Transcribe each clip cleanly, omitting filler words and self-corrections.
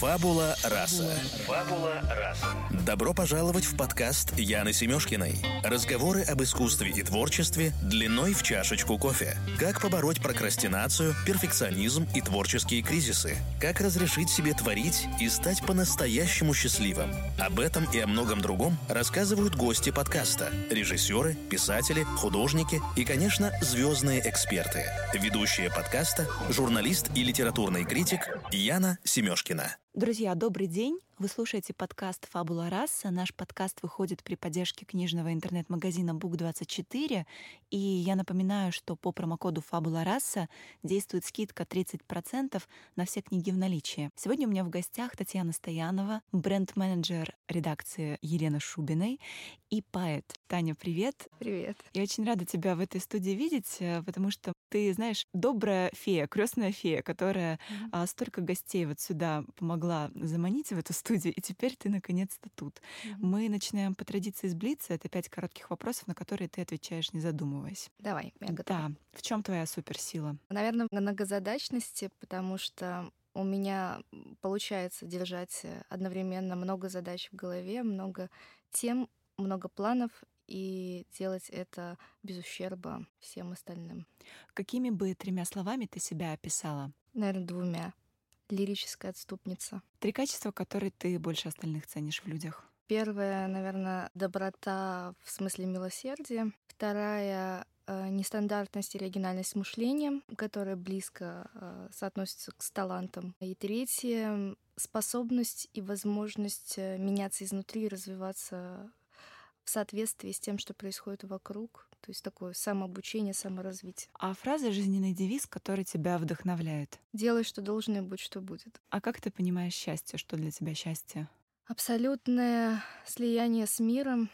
Фабула раса. Фабула раса. Добро пожаловать в подкаст Яны Семёшкиной. Разговоры об искусстве и творчестве длиной в чашечку кофе. Как побороть прокрастинацию, перфекционизм и творческие кризисы. Как разрешить себе творить и стать по-настоящему счастливым. Об этом и о многом другом рассказывают гости подкаста. Режиссеры, писатели, художники и, конечно, звездные эксперты. Ведущая подкаста, журналист и литературный критик Яна Семёшкина. Друзья, добрый день! Вы слушаете подкаст «Фабула раса». Наш подкаст выходит при поддержке книжного интернет-магазина Book24. И я напоминаю, что по промокоду «Фабула раса» действует скидка 30% на все книги в наличии. Сегодня у меня в гостях Татьяна Стоянова, бренд-менеджер редакции Елены Шубиной и поэт. Таня, привет! Привет! Я очень рада тебя в этой студии видеть, потому что ты, знаешь, добрая фея, крестная фея, которая столько гостей вот сюда помогла заманить в эту студию, и теперь ты наконец-то тут. Мы начинаем по традиции с блица. Это 5 коротких вопросов, на которые ты отвечаешь, не задумываясь. Давай, я готова. Да. В чем твоя суперсила? Наверное, в многозадачности, потому что у меня получается держать одновременно много задач в голове, много тем, много планов, и делать это без ущерба всем остальным. Какими бы 3 словами ты себя описала? Наверное, 2. Лирическая отступница. 3 качества, которые ты больше остальных ценишь в людях. Первое, наверное, доброта в смысле милосердия. Вторая — нестандартность и оригинальность мышления, которая близко соотносится с талантом. И третье — способность и возможность меняться изнутри и развиваться в соответствии с тем, что происходит вокруг. То есть такое самообучение, саморазвитие. А фраза «жизненный девиз», который тебя вдохновляет? Делай, что должно, и будь, что будет. А как ты понимаешь счастье? Что для тебя счастье? Абсолютное слияние с миром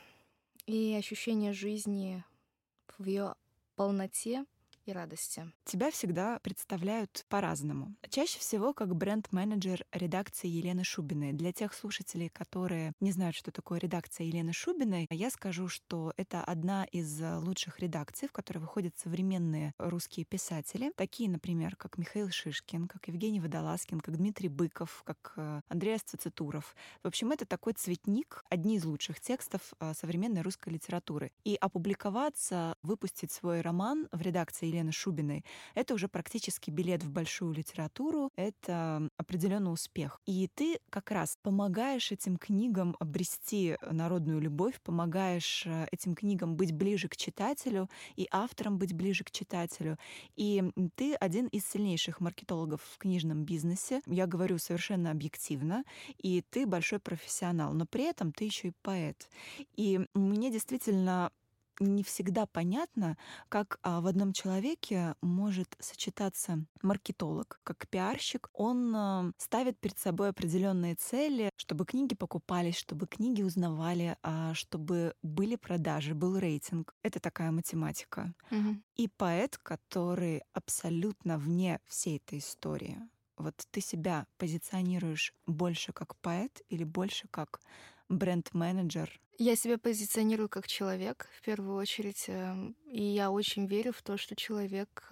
и ощущение жизни в ее полноте и радости. Тебя всегда представляют по-разному. Чаще всего как бренд-менеджер редакции Елены Шубиной. Для тех слушателей, которые не знают, что такое редакция Елены Шубиной, я скажу, что это одна из лучших редакций, в которой выходят современные русские писатели. Такие, например, как Михаил Шишкин, как Евгений Водолазкин, как Дмитрий Быков, как Андрей Цицитуров. В общем, это такой цветник, одни из лучших текстов современной русской литературы. И опубликоваться, выпустить свой роман в редакции Елены Шубиной — это уже практически билет в большую литературу, это определенный успех. И ты как раз помогаешь этим книгам обрести народную любовь, помогаешь этим книгам быть ближе к читателю и авторам быть ближе к читателю. И ты один из сильнейших маркетологов в книжном бизнесе. Я говорю совершенно объективно, и ты большой профессионал, но при этом ты еще и поэт. И мне действительно не всегда понятно, как в одном человеке может сочетаться маркетолог, как пиарщик. Он ставит перед собой определенные цели, чтобы книги покупались, чтобы книги узнавали, чтобы были продажи, был рейтинг. Это такая математика. И поэт, который абсолютно вне всей этой истории. Вот ты себя позиционируешь больше как поэт или больше как бренд-менеджер? Я себя позиционирую как человек, в первую очередь. И я очень верю в то, что человек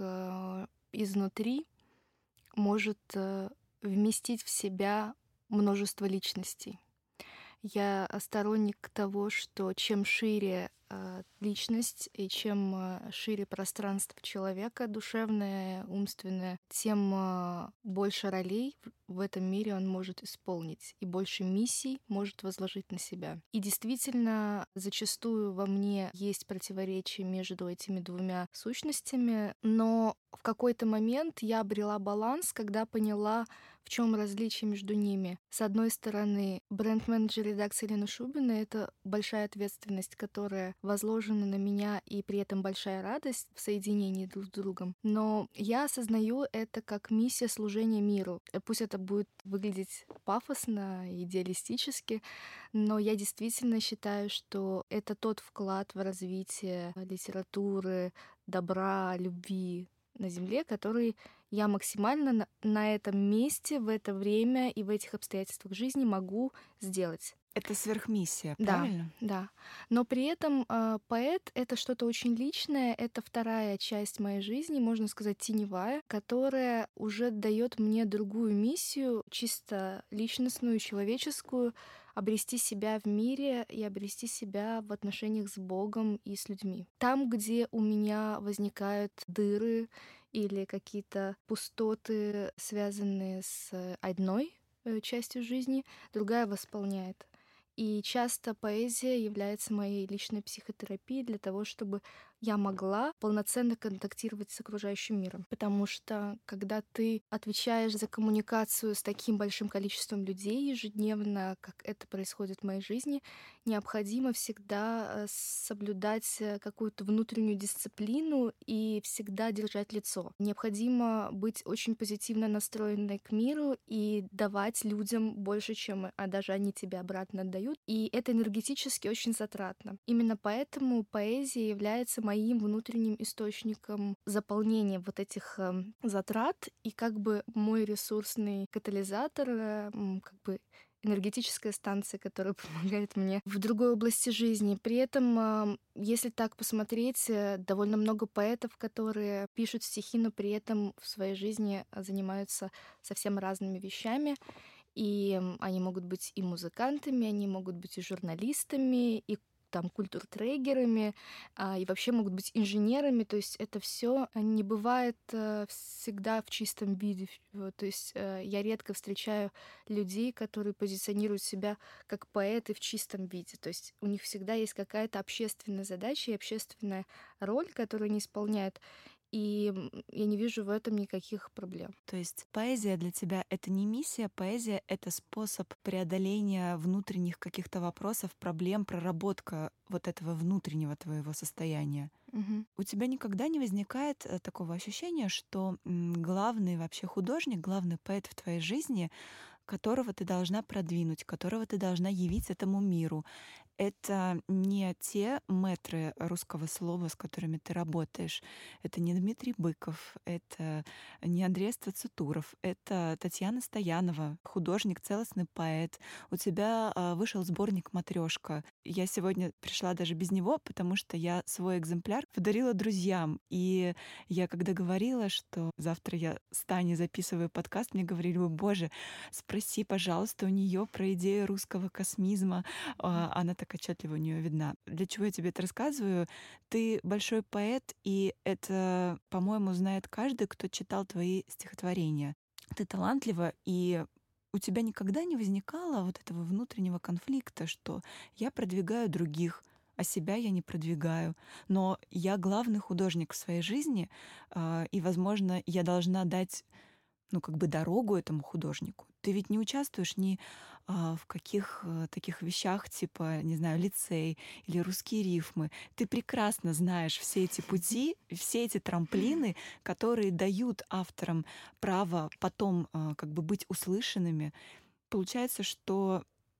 изнутри может вместить в себя множество личностей. Я сторонник того, что чем шире личность и чем шире пространство человека, душевное, умственное, тем больше ролей в этом мире он может исполнить и больше миссий может возложить на себя. И действительно, зачастую во мне есть противоречие между этими 2 сущностями, но в какой-то момент я обрела баланс, когда поняла, в чем различие между ними. С одной стороны, бренд-менеджер редакции Елены Шубиной — это большая ответственность, которая возложена на меня, и при этом большая радость в соединении друг с другом. Но я осознаю это как миссия служения миру. Пусть это будет выглядеть пафосно, идеалистически, но я действительно считаю, что это тот вклад в развитие литературы, добра, любви на Земле, который я максимально на этом месте, в это время и в этих обстоятельствах жизни могу сделать. Это сверхмиссия, Да, правильно? да. Но при этом поэт — это что-то очень личное, это вторая часть моей жизни, можно сказать, теневая, которая уже дает мне другую миссию, чисто личностную, человеческую, обрести себя в мире и обрести себя в отношениях с Богом и с людьми. Там, где у меня возникают дыры или какие-то пустоты, связанные с одной частью жизни, другая восполняет. И часто поэзия является моей личной психотерапией для того, чтобы я могла полноценно контактировать с окружающим миром. Потому что когда ты отвечаешь за коммуникацию с таким большим количеством людей ежедневно, как это происходит в моей жизни, необходимо всегда соблюдать какую-то внутреннюю дисциплину и всегда держать лицо. Необходимо быть очень позитивно настроенной к миру и давать людям больше, чем даже они тебе обратно отдают. И это энергетически очень затратно. Именно поэтому поэзия является моим внутренним источником заполнения вот этих затрат и как бы мой ресурсный катализатор, как бы энергетическая станция, которая помогает мне в другой области жизни. При этом, если так посмотреть, довольно много поэтов, которые пишут стихи, но при этом в своей жизни занимаются совсем разными вещами. И они могут быть и музыкантами, они могут быть и журналистами, и там культуртрегерами, и вообще могут быть инженерами. То есть это все не бывает всегда в чистом виде. Вот, то есть я редко встречаю людей, которые позиционируют себя как поэты в чистом виде. То есть у них всегда есть какая-то общественная задача и общественная роль, которую они исполняют. И я не вижу в этом никаких проблем. То есть поэзия для тебя — это не миссия, поэзия — это способ преодоления внутренних каких-то вопросов, проблем, проработка вот этого внутреннего твоего состояния. Мгм. У тебя никогда не возникает такого ощущения, что главный вообще художник, главный поэт в твоей жизни, которого ты должна продвинуть, которого ты должна явить этому миру, это не те мэтры русского слова, с которыми ты работаешь. Это не Дмитрий Быков, это не Андрей Ствацатуров, это Татьяна Стоянова, художник, целостный поэт. У тебя вышел сборник «Матрёшка». Я сегодня пришла даже без него, потому что я свой экземпляр подарила друзьям. И я когда говорила, что завтра я с Таней записываю подкаст, мне говорили: «Ой, боже, спроси, пожалуйста, у нее про идею русского космизма». Она так отчетливо у нее видна. Для чего я тебе это рассказываю? Ты большой поэт, и это, по-моему, знает каждый, кто читал твои стихотворения. Ты талантлива, и у тебя никогда не возникало вот этого внутреннего конфликта, что я продвигаю других, а себя я не продвигаю. Но я главный художник в своей жизни, и, возможно, я должна дать как бы дорогу этому художнику. Ты ведь не участвуешь ни в каких таких вещах, типа, не знаю, лицей или русские рифмы. Ты прекрасно знаешь все эти пути, все эти трамплины, которые дают авторам право потом как бы быть услышанными. Получается, что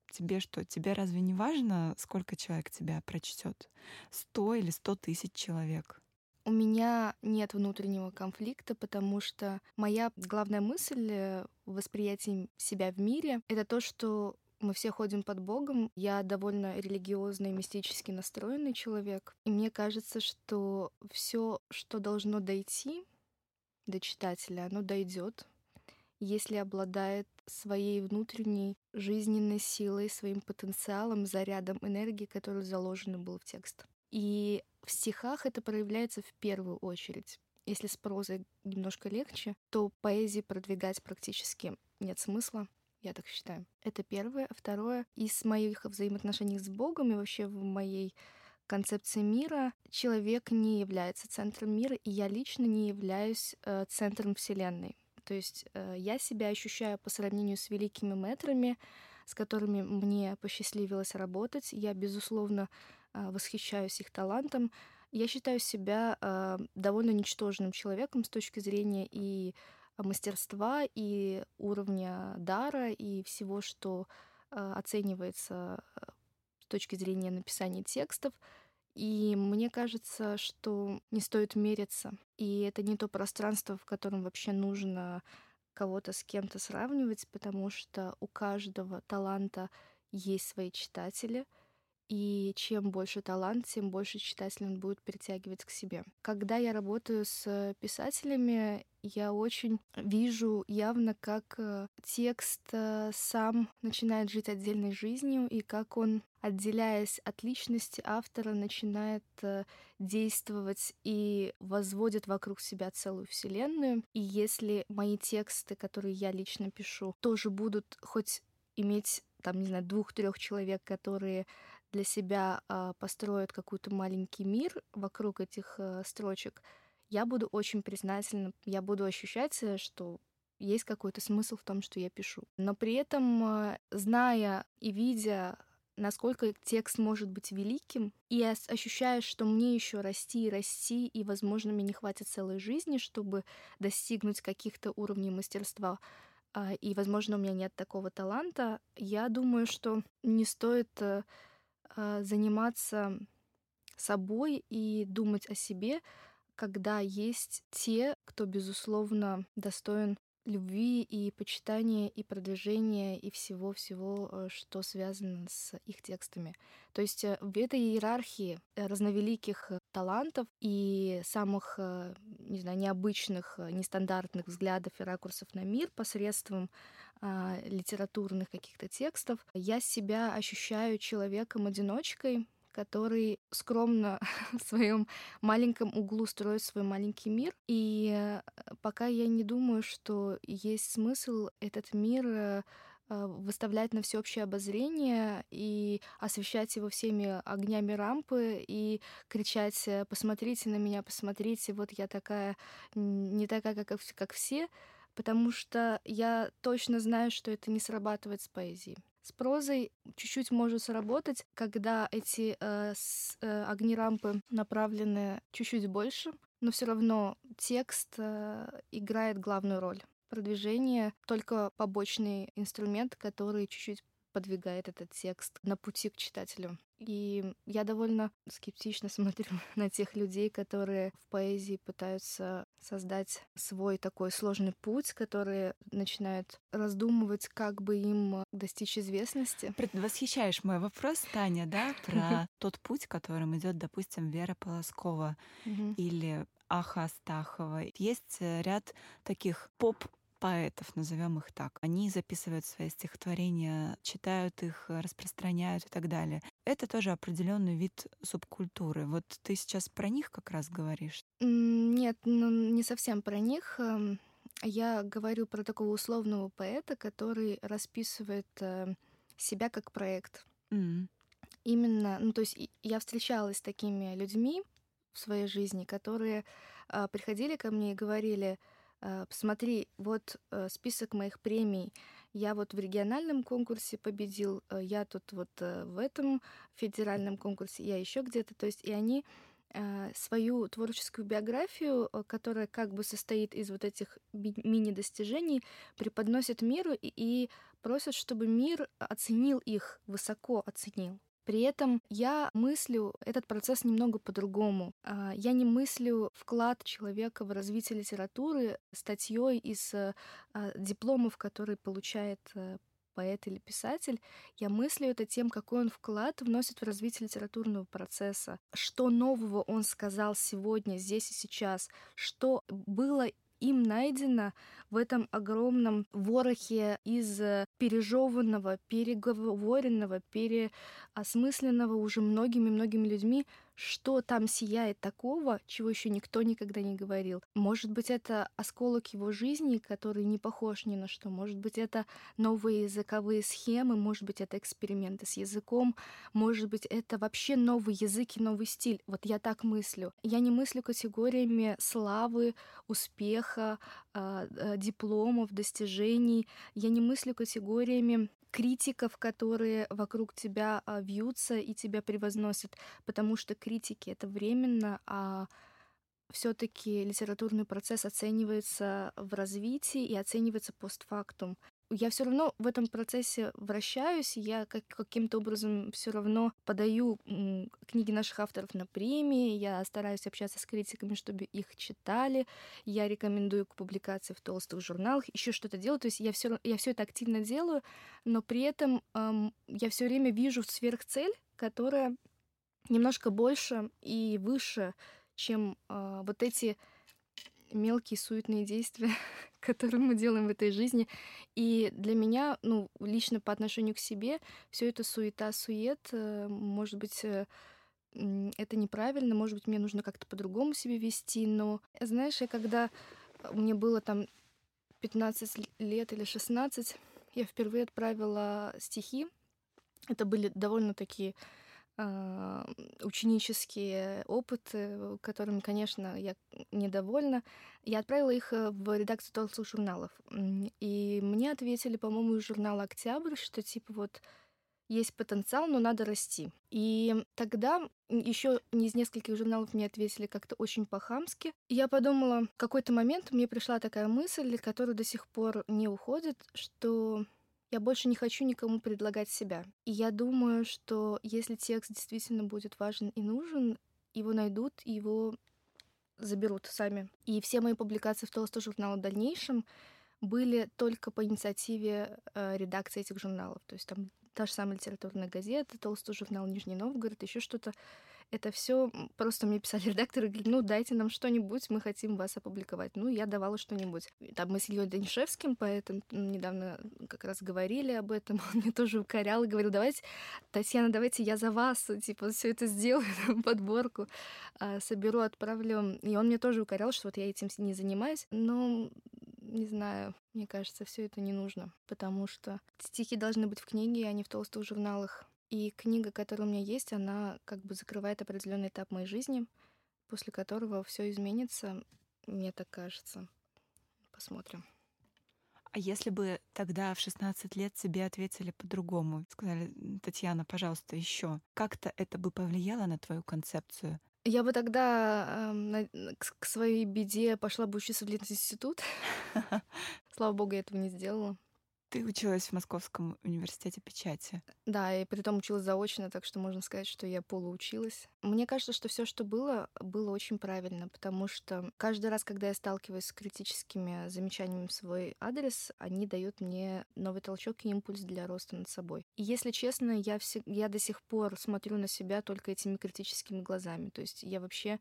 тебе разве не важно, сколько человек тебя прочтет? 100 или 100 тысяч человек? У меня нет внутреннего конфликта, потому что моя главная мысль в восприятии себя в мире — это то, что мы все ходим под Богом. Я довольно религиозный и мистически настроенный человек. И мне кажется, что все, что должно дойти до читателя, оно дойдет, если обладает своей внутренней жизненной силой, своим потенциалом, зарядом энергии, который заложен был в текст. И в стихах это проявляется в первую очередь. Если с прозой немножко легче, то поэзии продвигать практически нет смысла, я так считаю. Это первое. Второе, из моих взаимоотношений с Богом и вообще в моей концепции мира человек не является центром мира, и я лично не являюсь центром Вселенной. То есть я себя ощущаю по сравнению с великими мэтрами, с которыми мне посчастливилось работать. Я, безусловно, восхищаюсь их талантом. Я считаю себя довольно ничтожным человеком с точки зрения и мастерства, и уровня дара, и всего, что оценивается с точки зрения написания текстов. И мне кажется, что не стоит мериться. И это не то пространство, в котором вообще нужно кого-то с кем-то сравнивать, потому что у каждого таланта есть свои читатели, и чем больше талант, тем больше читателей он будет притягивать к себе. Когда я работаю с писателями, я очень вижу явно, как текст сам начинает жить отдельной жизнью, и как он, отделяясь от личности автора, начинает действовать и возводит вокруг себя целую вселенную. И если мои тексты, которые я лично пишу, тоже будут хоть иметь там, не знаю, 2-3 человек, которые для себя построят какой-то маленький мир вокруг этих строчек, я буду очень признательна, я буду ощущать, что есть какой-то смысл в том, что я пишу. Но при этом, зная и видя, насколько текст может быть великим, и ощущая, что мне еще расти и расти, и, возможно, мне не хватит целой жизни, чтобы достигнуть каких-то уровней мастерства, и, возможно, у меня нет такого таланта, я думаю, что не стоит заниматься собой и думать о себе, когда есть те, кто, безусловно, достоин любви и почитания, и продвижения, и всего-всего, что связано с их текстами. То есть в этой иерархии разновеликих талантов и самых, не знаю, необычных, нестандартных взглядов и ракурсов на мир посредством литературных каких-то текстов, я себя ощущаю человеком-одиночкой, который скромно в своем маленьком углу строит свой маленький мир. И пока я не думаю, что есть смысл этот мир выставлять на всеобщее обозрение и освещать его всеми огнями рампы и кричать: «Посмотрите на меня, посмотрите, вот я такая, не такая, как все», потому что я точно знаю, что это не срабатывает с поэзией. С прозой чуть-чуть может сработать, когда эти огни рампы направлены чуть-чуть больше, но все равно текст играет главную роль. Продвижение — только побочный инструмент, который чуть-чуть подвигает этот текст на пути к читателю. И я довольно скептично смотрю на тех людей, которые в поэзии пытаются создать свой такой сложный путь, которые начинают раздумывать, как бы им достичь известности. Предвосхищаешь мой вопрос, Таня, да, про тот путь, которым идет, допустим, Вера Полоскова или Аха Астахова. Есть ряд таких поэтов, назовем их так. Они записывают свои стихотворения, читают их, распространяют и так далее. Это тоже определенный вид субкультуры. Вот ты сейчас про них как раз говоришь? Нет, не совсем про них. Я говорю про такого условного поэта, который расписывает себя как проект. Именно, то есть я встречалась с такими людьми в своей жизни, которые приходили ко мне и говорили: «Посмотри, вот список моих премий. Я вот в региональном конкурсе победил, я тут вот в этом федеральном конкурсе, я еще где-то». То есть и они свою творческую биографию, которая как бы состоит из вот этих мини-достижений, преподносят миру и просят, чтобы мир оценил их, высоко оценил. При этом я мыслю этот процесс немного по-другому. Я не мыслю вклад человека в развитие литературы статьей из дипломов, которые получает поэт или писатель. Я мыслю это тем, какой он вклад вносит в развитие литературного процесса. Что нового он сказал сегодня, здесь и сейчас, что было им найдено в этом огромном ворохе из пережеванного, переговоренного, переосмысленного уже многими-многими людьми, что там сияет такого, чего еще никто никогда не говорил. Может быть, это осколок его жизни, который не похож ни на что. Может быть, это новые языковые схемы, может быть, это эксперименты с языком, может быть, это вообще новый язык и новый стиль. Вот я так мыслю. Я не мыслю категориями славы, успеха, дипломов, достижений. Я не мыслю категориями критиков, которые вокруг тебя вьются и тебя превозносят, потому что критики — это временно, а все-таки литературный процесс оценивается в развитии и оценивается постфактум. я все равно в этом процессе вращаюсь, я каким-то образом все равно подаю книги наших авторов на премии, я стараюсь общаться с критиками, чтобы их читали, я рекомендую к публикации в толстых журналах, еще что-то делаю, то есть я все это активно делаю, но при этом я все время вижу сверхцель, которая немножко больше и выше, чем вот эти мелкие суетные действия, которые мы делаем в этой жизни. И для меня, ну, лично по отношению к себе, все это суета-сует, может быть, это неправильно, может быть, мне нужно как-то по-другому себя вести, но, знаешь, когда мне было там 15 лет или 16, я впервые отправила стихи. Это были довольно такие ученические опыты, которыми, конечно, я недовольна. Я отправила их в редакцию толстых журналов. И мне ответили, по-моему, из журнала «Октябрь», что типа вот есть потенциал, но надо расти. И тогда еще из нескольких журналов мне ответили как-то очень по-хамски. И я подумала, в какой-то момент мне пришла такая мысль, которая до сих пор не уходит, что я больше не хочу никому предлагать себя. И я думаю, что если текст действительно будет важен и нужен, его найдут, и его заберут сами. И все мои публикации в толстых журналах в дальнейшем были только по инициативе редакции этих журналов. То есть там та же самая литературная газета, толстый журнал «Нижний Новгород», еще что-то. Это все просто мне писали редакторы, говорили, ну, дайте нам что-нибудь, мы хотим вас опубликовать. Ну, я давала что-нибудь. Там мы с Ильей Данишевским, поэтому недавно как раз говорили об этом. Он мне тоже укорял и говорил, давайте, Татьяна, давайте я за вас, типа, все это сделаю, подборку соберу, отправлю. И он мне тоже укорял, что вот я этим не занимаюсь. Но не знаю, мне кажется, все это не нужно, потому что стихи должны быть в книге, а не в толстых журналах. И книга, которая у меня есть, она как бы закрывает определенный этап моей жизни, после которого все изменится, мне так кажется. Посмотрим. А если бы тогда в 16 лет тебе ответили по-другому, сказали, Татьяна, пожалуйста, еще, как-то это бы повлияло на твою концепцию? Я бы тогда к своей беде пошла бы учиться в Литинститут. Слава богу, я этого не сделала. Ты училась в Московском университете печати. Да, и притом училась заочно, так что можно сказать, что я полуучилась. Мне кажется, что все, что было очень правильно, потому что каждый раз, когда я сталкиваюсь с критическими замечаниями в свой адрес, они дают мне новый толчок и импульс для роста над собой. И если честно, я до сих пор смотрю на себя только этими критическими глазами. То есть я вообще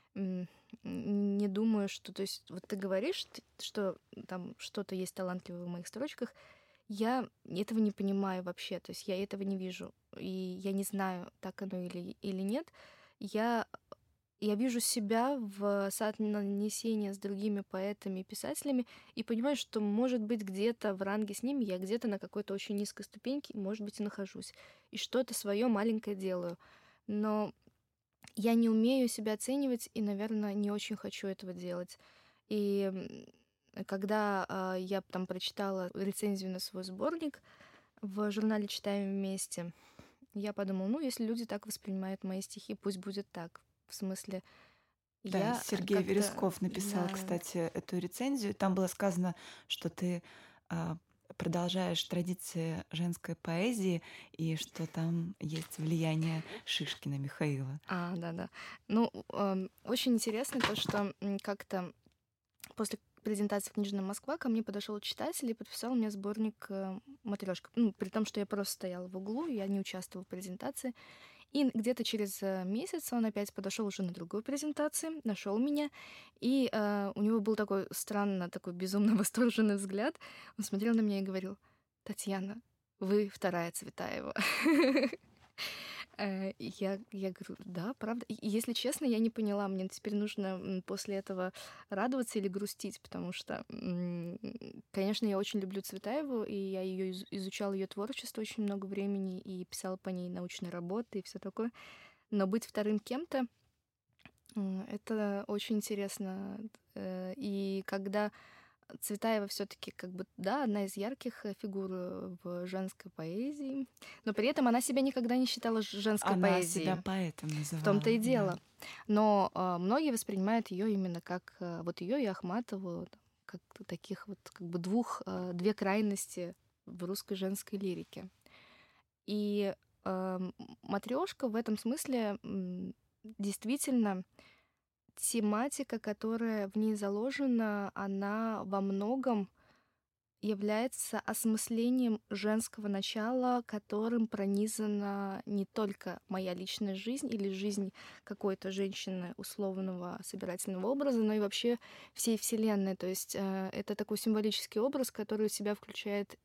не думаю, что... То есть вот ты говоришь, что там что-то есть талантливое в моих строчках, я этого не понимаю вообще, то есть я этого не вижу, и я не знаю, так оно или нет. Я вижу себя в соотнесении с другими поэтами и писателями и понимаю, что, может быть, где-то в ранге с ними я где-то на какой-то очень низкой ступеньке, может быть, и нахожусь, и что-то свое маленькое делаю. Но я не умею себя оценивать и, наверное, не очень хочу этого делать. И когда я там прочитала рецензию на свой сборник в журнале «Читаем вместе», я подумала, ну, если люди так воспринимают мои стихи, пусть будет так. В смысле, да, Сергей Вересков написал, кстати, эту рецензию. Там было сказано, что ты продолжаешь традиции женской поэзии и что там есть влияние Шишкина Михаила. Да. Ну, очень интересно то, что как-то после презентации в книжном «Москва» ко мне подошел читатель и подписал мне сборник «Матрешка». Ну, при том, что я просто стояла в углу, я не участвовала в презентации. И где-то через месяц он опять подошел уже на другую презентацию, нашел меня, и у него был такой странно, такой безумно восторженный взгляд. Он смотрел на меня и говорил: «Татьяна, вы вторая Цветаева». Я говорю, да, правда. И, если честно, я не поняла, мне теперь нужно после этого радоваться или грустить, потому что, конечно, я очень люблю Цветаеву, и я ее изучала, ее творчество очень много времени, и писала по ней научные работы и все такое. Но быть вторым кем-то это очень интересно. И когда Цветаева все-таки как бы, да, одна из ярких фигур в женской поэзии, но при этом она себя никогда не считала женской поэзией. Она себя поэтом называла. В том-то и дело. Да. Но многие воспринимают ее именно как вот ее и Ахматову, как таких вот как бы две крайности в русской женской лирике. И «Матрешка» в этом смысле действительно тематика, которая в ней заложена, она во многом является осмыслением женского начала, которым пронизана не только моя личная жизнь или жизнь какой-то женщины условного собирательного образа, но и вообще всей Вселенной. То есть это такой символический образ, который в себя включает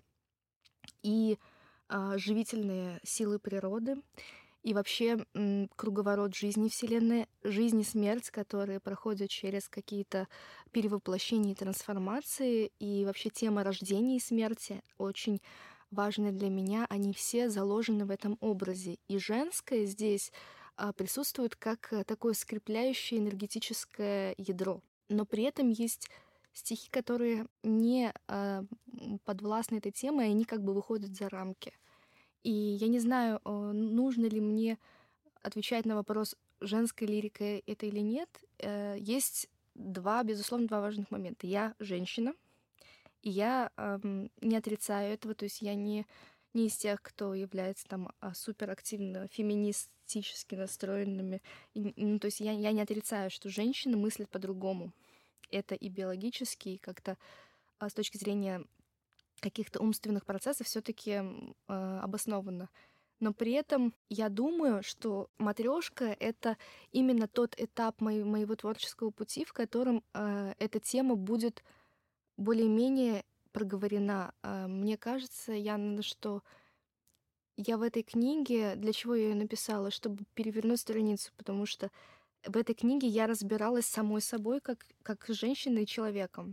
и живительные силы природы, и вообще круговорот жизни Вселенной, жизнь и смерть, которые проходят через какие-то перевоплощения и трансформации, и вообще тема рождения и смерти очень важная для меня. Они все заложены в этом образе. И женское здесь присутствует как такое скрепляющее энергетическое ядро. Но при этом есть стихи, которые не подвластны этой теме, и они как бы выходят за рамки. И я не знаю, нужно ли мне отвечать на вопрос, женская лирика это или нет. Есть безусловно, два важных момента. Я женщина, и я не отрицаю этого, то есть я не из тех, кто является там суперактивно феминистически настроенными. То есть я не отрицаю, что женщины мыслят по-другому. Это и биологически, и как-то с точки зрения каких-то умственных процессов все-таки обоснованно. Но при этом я думаю, что «Матрешка» — это именно тот этап моего творческого пути, в котором эта тема будет более-менее проговорена. Мне кажется, Яна, что я в этой книге, для чего я ее написала, чтобы перевернуть страницу, потому что в этой книге я разбиралась с самой собой, как женщиной и человеком.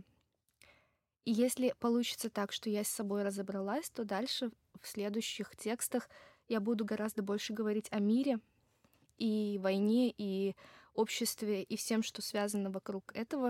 И если получится так, что я с собой разобралась, то дальше в следующих текстах я буду гораздо больше говорить о мире и войне, и обществе, и всем, что связано вокруг этого,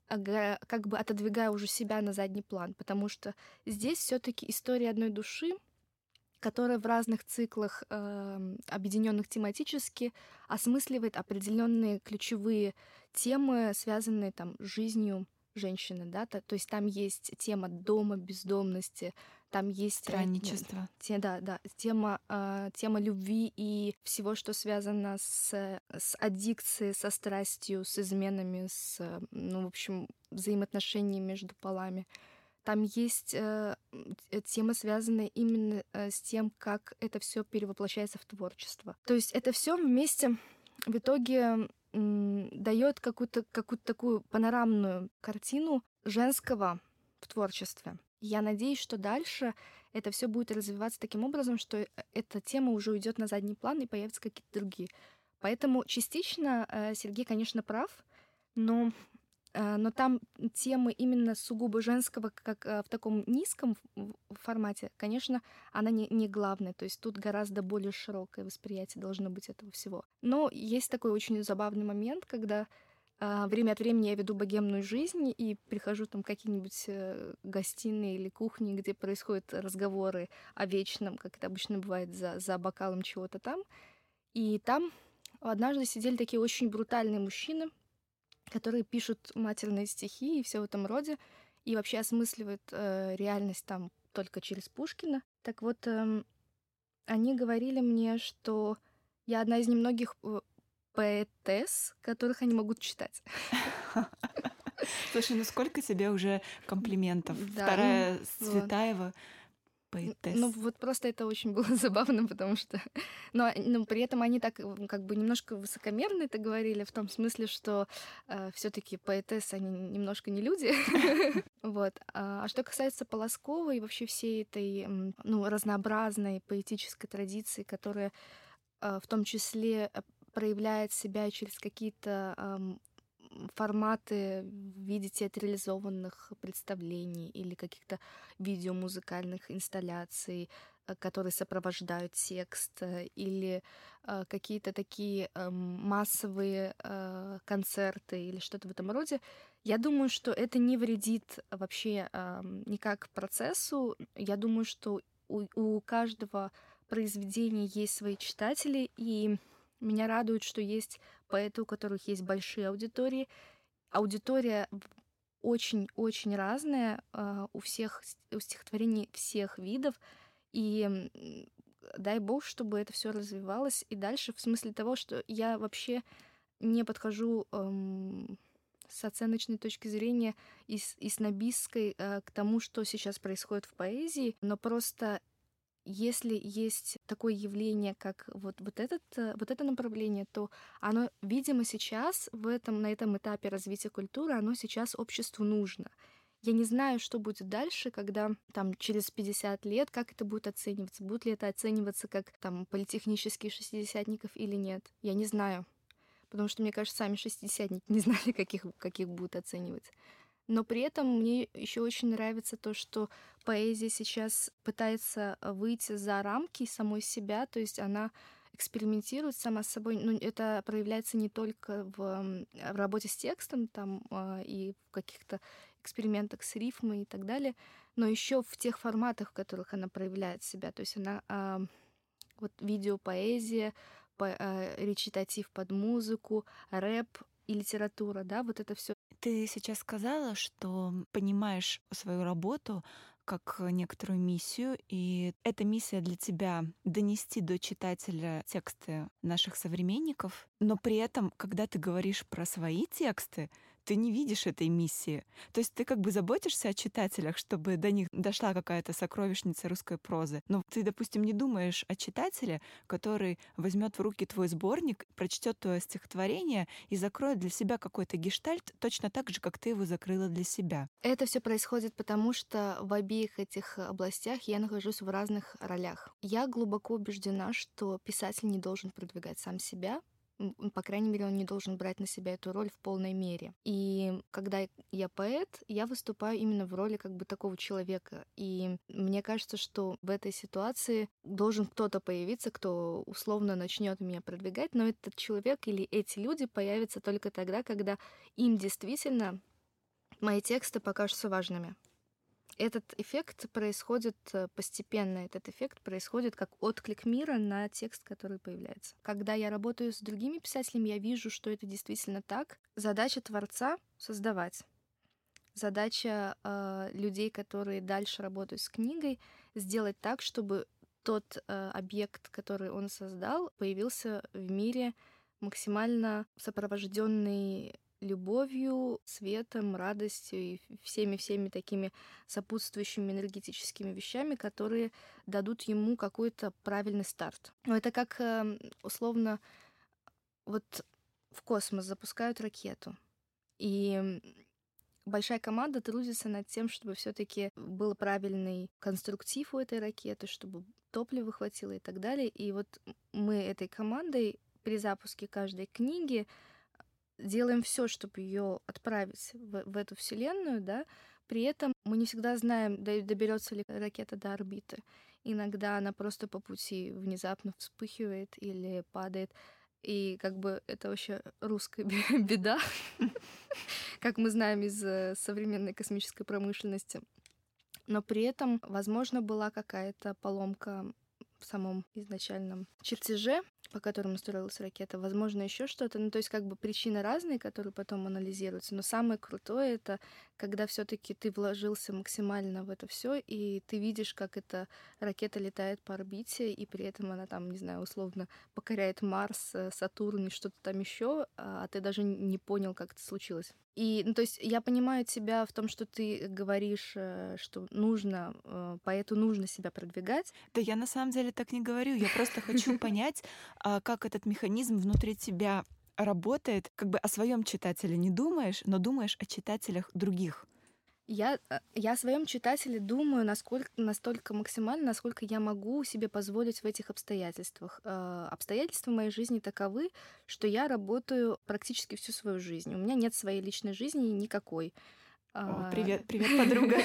как бы отодвигая уже себя на задний план. Потому что здесь все-таки история одной души, которая в разных циклах, объединенных тематически, осмысливает определенные ключевые темы, связанные там с жизнью женщины, да, то есть там есть тема дома, бездомности, там есть странничество. Тема любви и всего, что связано с аддикцией, со страстью, с изменами, в общем, взаимоотношениями между полами. Там есть тема, связанная именно с тем, как это все перевоплощается в творчество. То есть это все вместе в итоге дает какую-то такую панорамную картину женского в творчестве. Я надеюсь, что дальше это все будет развиваться таким образом, что эта тема уже уйдет на задний план и появятся какие-то другие. Поэтому частично Сергей, конечно, прав, но там темы именно сугубо женского, как в таком низком формате, конечно, она не главная. То есть тут гораздо более широкое восприятие должно быть этого всего. Но есть такой очень забавный момент, когда время от времени я веду богемную жизнь и прихожу там в какие-нибудь гостиные или кухни, где происходят разговоры о вечном, как это обычно бывает за бокалом чего-то там. И там однажды сидели такие очень брутальные мужчины, которые пишут матерные стихи и все в этом роде, и вообще осмысливают реальность там только через Пушкина. Так вот, они говорили мне, что я одна из немногих поэтесс, которых они могут читать. Слушай, ну сколько тебе уже комплиментов? Да, Вторая Цветаева поэтесса. Ну вот просто это очень было забавно, потому что... Но при этом они так как бы немножко высокомерно это говорили, в том смысле, что все-таки поэтессы, они немножко не люди. Вот. А что касается Полоскова и вообще всей этой разнообразной поэтической традиции, которая в том числе проявляет себя через какие-то форматы в виде театрализованных представлений или каких-то видеомузыкальных инсталляций, которые сопровождают текст, или какие-то такие массовые концерты или что-то в этом роде. Я думаю, что это не вредит вообще никак процессу. Я думаю, что у каждого произведения есть свои читатели, и меня радует, что есть поэты, у которых есть большие аудитории. Аудитория очень-очень разное у всех, у стихотворений всех видов. И дай бог, чтобы это все развивалось и дальше, в смысле того, что я вообще не подхожу с оценочной точки зрения и снобистской к тому, что сейчас происходит в поэзии, но просто если есть такое явление, как вот это направление, то оно, видимо, сейчас на этом этапе развития культуры, оно сейчас обществу нужно. Я не знаю, что будет дальше, когда там через 50 лет, как это будет оцениваться. Будет ли это оцениваться как там политехнические шестидесятников или нет. Я не знаю. Потому что, мне кажется, сами шестидесятники не знали, каких будут оценивать. Но при этом мне еще очень нравится то, что поэзия сейчас пытается выйти за рамки самой себя, то есть она экспериментирует сама с собой. Ну, это проявляется не только в работе с текстом там, и в каких-то экспериментах с рифмой и так далее, но еще в тех форматах, в которых она проявляет себя. То есть она вот видеопоэзия, речитатив под музыку, рэп и литература, да, вот это все. Ты сейчас сказала, что понимаешь свою работу как некоторую миссию, и эта миссия для тебя — донести до читателя тексты наших современников, но при этом, когда ты говоришь про свои тексты, ты не видишь этой миссии. То есть ты как бы заботишься о читателях, чтобы до них дошла какая-то сокровищница русской прозы, но ты, допустим, не думаешь о читателе, который возьмет в руки твой сборник, прочтет твое стихотворение и закроет для себя какой-то гештальт точно так же, как ты его закрыла для себя. Это все происходит потому, что в обеих этих областях я нахожусь в разных ролях. Я глубоко убеждена, что писатель не должен продвигать сам себя, по крайней мере, он не должен брать на себя эту роль в полной мере. И когда я поэт, я выступаю именно в роли как бы такого человека. И мне кажется, что в этой ситуации должен кто-то появиться, кто условно начнет меня продвигать, но этот человек или эти люди появятся только тогда, когда им действительно мои тексты покажутся важными. Этот эффект происходит постепенно, этот эффект происходит как отклик мира на текст, который появляется. Когда я работаю с другими писателями, я вижу, что это действительно так. Задача творца — создавать. Задача людей, которые дальше работают с книгой, сделать так, чтобы тот объект, который он создал, появился в мире максимально сопровожденный любовью, светом, радостью и всеми такими сопутствующими энергетическими вещами, которые дадут ему какой-то правильный старт. Но это как условно вот в космос запускают ракету. И большая команда трудится над тем, чтобы все-таки был правильный конструктив у этой ракеты, чтобы топлива хватило и так далее. И вот мы этой командой при запуске каждой книги делаем все, чтобы ее отправить в эту вселенную, да. При этом мы не всегда знаем, доберется ли ракета до орбиты. Иногда она просто по пути внезапно вспыхивает или падает. И как бы это вообще русская беда, как мы знаем из современной космической промышленности. Но при этом, возможно, была какая-то поломка в самом изначальном чертеже, по которому строилась ракета, возможно, еще что-то. Ну, то есть, как бы причины разные, которые потом анализируются. Но самое крутое — это когда все-таки ты вложился максимально в это все, и ты видишь, как эта ракета летает по орбите, и при этом она там, не знаю, условно покоряет Марс, Сатурн и что-то там еще, а ты даже не понял, как это случилось. И, ну, то есть я понимаю тебя в том, что ты говоришь, что поэту нужно себя продвигать. Да я на самом деле так не говорю. Я просто хочу понять, как этот механизм внутри тебя работает. Как бы о своем читателе не думаешь, но думаешь о читателях других. Я о своем читателе думаю настолько максимально, насколько я могу себе позволить в этих обстоятельствах. Обстоятельства моей жизни таковы, что я работаю практически всю свою жизнь. У меня нет своей личной жизни никакой. Привет, подруга.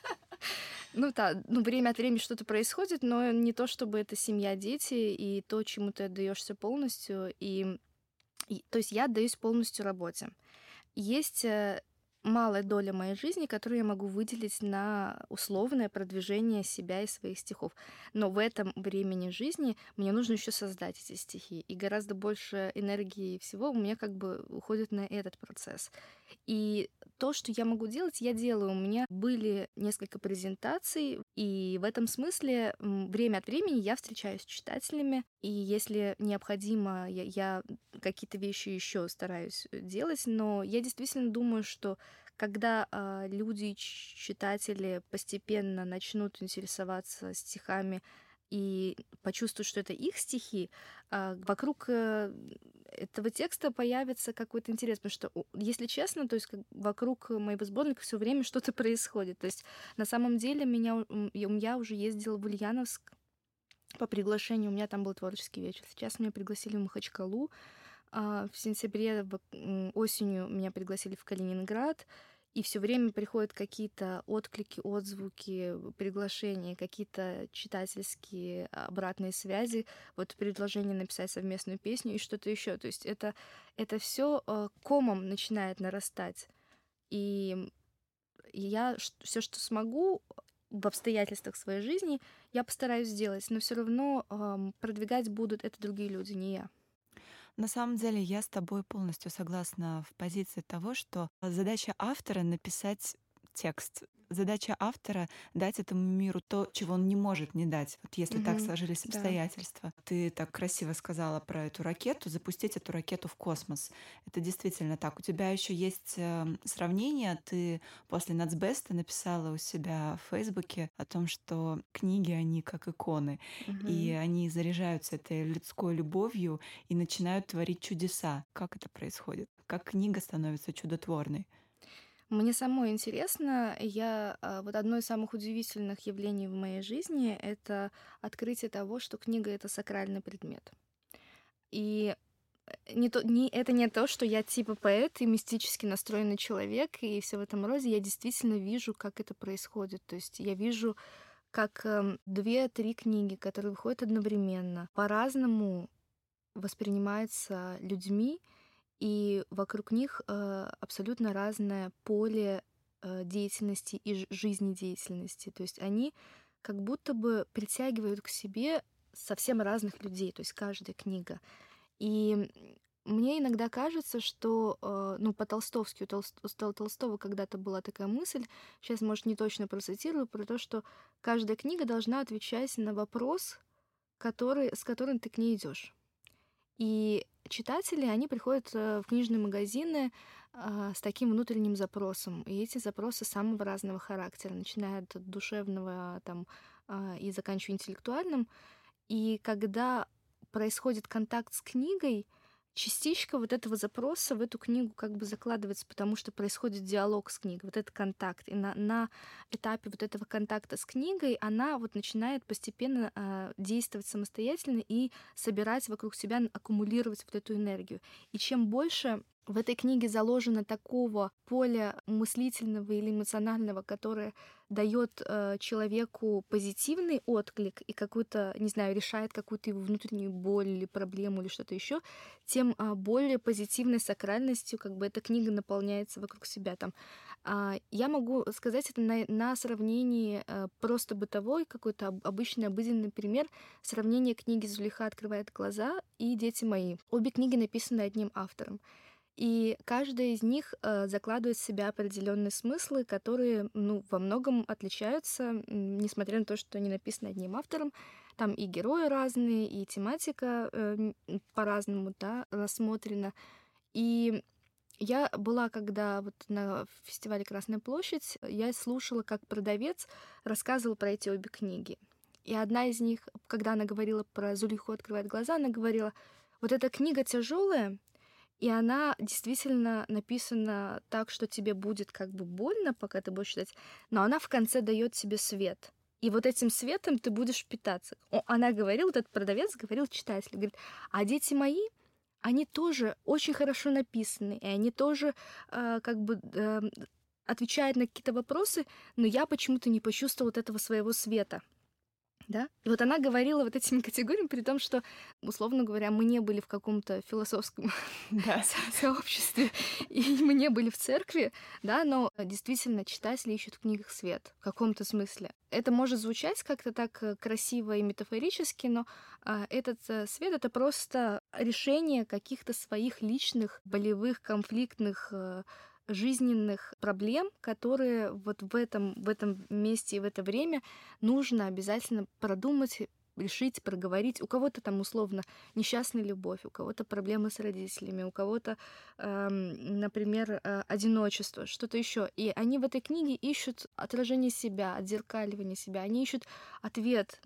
Ну да, время от времени что-то происходит, но не то, чтобы это семья, дети и то, чему ты отдаешься полностью. То есть я отдаюсь полностью работе. Есть малая доля моей жизни, которую я могу выделить на условное продвижение себя и своих стихов. Но в этом времени жизни мне нужно еще создать эти стихи. И гораздо больше энергии и всего у меня как бы уходит на этот процесс. И то, что я могу делать, я делаю. У меня были несколько презентаций, и в этом смысле время от времени я встречаюсь с читателями, и если необходимо, я какие-то вещи еще стараюсь делать, но я действительно думаю, что когда люди, читатели постепенно начнут интересоваться стихами и почувствуют, что это их стихи, вокруг этого текста появится какой-то интерес. Потому что, если честно, то есть вокруг моего сборника все время что-то происходит. То есть на самом деле я уже ездила в Ульяновск по приглашению, у меня там был творческий вечер. Сейчас меня пригласили в Махачкалу. В сентябре, осенью меня пригласили в Калининград. И все время приходят какие-то отклики, отзвуки, приглашения, какие-то читательские обратные связи, вот предложение написать совместную песню и что-то еще. То есть это все комом начинает нарастать. И я все, что смогу в обстоятельствах своей жизни, я постараюсь сделать, но все равно продвигать будут это другие люди, не я. На самом деле я с тобой полностью согласна в позиции того, что задача автора — написать текст. Задача автора — дать этому миру то, чего он не может не дать. Вот если так сложились Да. обстоятельства. Ты так красиво сказала про эту ракету, запустить эту ракету в космос. Это действительно так. У тебя еще есть сравнение. Ты после Нацбеста написала у себя в Фейсбуке о том, что книги, они как иконы. И они заряжаются этой людской любовью и начинают творить чудеса. Как это происходит? Как книга становится чудотворной? Мне самой интересно, вот одно из самых удивительных явлений в моей жизни — это открытие того, что книга — это сакральный предмет. И это не то, что я типа поэт и мистически настроенный человек и все в этом роде. Я действительно вижу, как это происходит. То есть я вижу, как 2-3 книги, которые выходят одновременно, по-разному воспринимаются людьми, и вокруг них абсолютно разное поле деятельности и жизнедеятельности. То есть они как будто бы притягивают к себе совсем разных людей, то есть каждая книга. И мне иногда кажется, что, по Толстовски, у Толстого когда-то была такая мысль, сейчас, может, не точно процитирую, про то, что каждая книга должна отвечать на вопрос, с которым ты к ней идешь. И читатели, они приходят в книжные магазины с таким внутренним запросом. И эти запросы самого разного характера, начиная от душевного и заканчивая интеллектуальным. И когда происходит контакт с книгой, частичка вот этого запроса в эту книгу как бы закладывается, потому что происходит диалог с книгой, вот этот контакт. И на этапе вот этого контакта с книгой она вот начинает постепенно действовать самостоятельно и собирать вокруг себя, аккумулировать вот эту энергию. И чем больше в этой книге заложено такого поля мыслительного или эмоционального, которое дает человеку позитивный отклик и какую-то, не знаю, решает какую-то его внутреннюю боль или проблему или что-то еще, тем более позитивной сакральностью как бы эта книга наполняется вокруг себя. Я могу сказать это на сравнении просто бытовой, какой-то обычный, обыденный пример, сравнение книги «Зулейха открывает глаза» и «Дети мои». Обе книги написаны одним автором. И каждая из них закладывает в себя определенные смыслы, которые, во многом отличаются, несмотря на то, что они написаны одним автором. Там и герои разные, и тематика по-разному, рассмотрена. И я была, когда вот на фестивале «Красная площадь», я слушала, как продавец рассказывал про эти обе книги. И одна из них, когда она говорила про «Зулейху открывает глаза», она говорила: вот эта книга тяжелая, и она действительно написана так, что тебе будет как бы больно, пока ты будешь читать, но она в конце дает тебе свет. И вот этим светом ты будешь питаться. Она говорила, вот этот продавец говорил читателю, говорит: а «Дети мои», они тоже очень хорошо написаны, и они тоже отвечают на какие-то вопросы, но я почему-то не почувствовала вот этого своего света. Да? И вот она говорила вот этими категориями, при том, что, условно говоря, мы не были в каком-то философском Да. сообществе, и мы не были в церкви, да, но действительно читатели ищут в книгах свет в каком-то смысле. Это может звучать как-то так красиво и метафорически, но этот свет — это просто решение каких-то своих личных, болевых, конфликтных жизненных проблем, которые вот в этом месте и в это время нужно обязательно продумать, решить, проговорить. У кого-то там условно несчастная любовь, у кого-то проблемы с родителями, у кого-то, например, одиночество, что-то еще. И они в этой книге ищут отражение себя, отзеркаливание себя. Они ищут ответ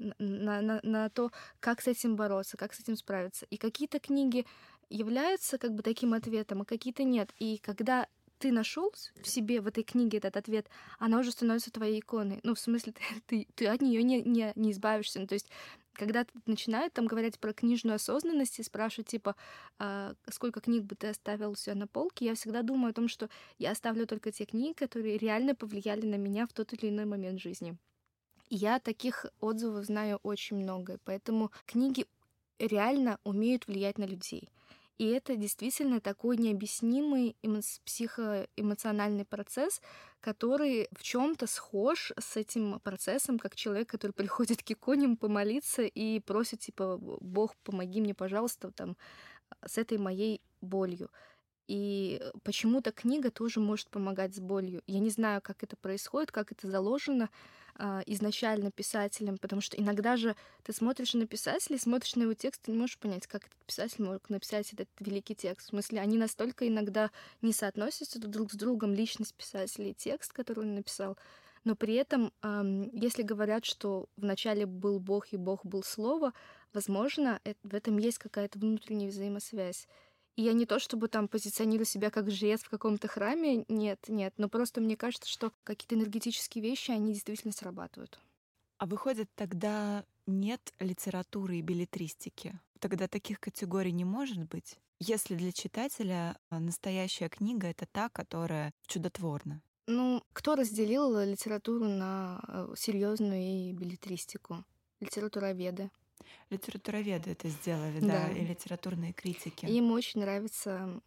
на то, как с этим бороться, как с этим справиться. И какие-то книги являются как бы таким ответом, а какие-то нет. И когда ты нашел в себе в этой книге этот ответ, она уже становится твоей иконой. Ну, в смысле, ты от нее не избавишься. Ну, то есть, когда начинают там говорить про книжную осознанность и спрашивать, типа, сколько книг бы ты оставил у себя на полке, я всегда думаю о том, что я оставлю только те книги, которые реально повлияли на меня в тот или иной момент жизни. И я таких отзывов знаю очень много, поэтому книги реально умеют влиять на людей. И это действительно такой необъяснимый психоэмоциональный процесс, который в чем-то схож с этим процессом, как человек, который приходит к иконе помолиться и просит, типа, Бог, помоги мне, пожалуйста, там, с этой моей болью. И почему-то книга тоже может помогать с болью. Я не знаю, как это происходит, как это заложено изначально писателем, потому что иногда же ты смотришь на писателя, смотришь на его текст, ты не можешь понять, как этот писатель мог написать этот великий текст. В смысле, они настолько иногда не соотносятся друг с другом, личность писателя и текст, который он написал. Но при этом, если говорят, что вначале был Бог и Бог был Слово, возможно, в этом есть какая-то внутренняя взаимосвязь. И я не то чтобы там позиционирую себя как жрец в каком-то храме, нет, но просто мне кажется, что какие-то энергетические вещи, они действительно срабатывают. А выходит, тогда нет литературы и беллетристики? Тогда таких категорий не может быть? Если для читателя настоящая книга — это та, которая чудотворна. Ну, кто разделил литературу на серьезную и беллетристику? Литературоведы. Литературоведы это сделали, да, и литературные критики. Им очень нравится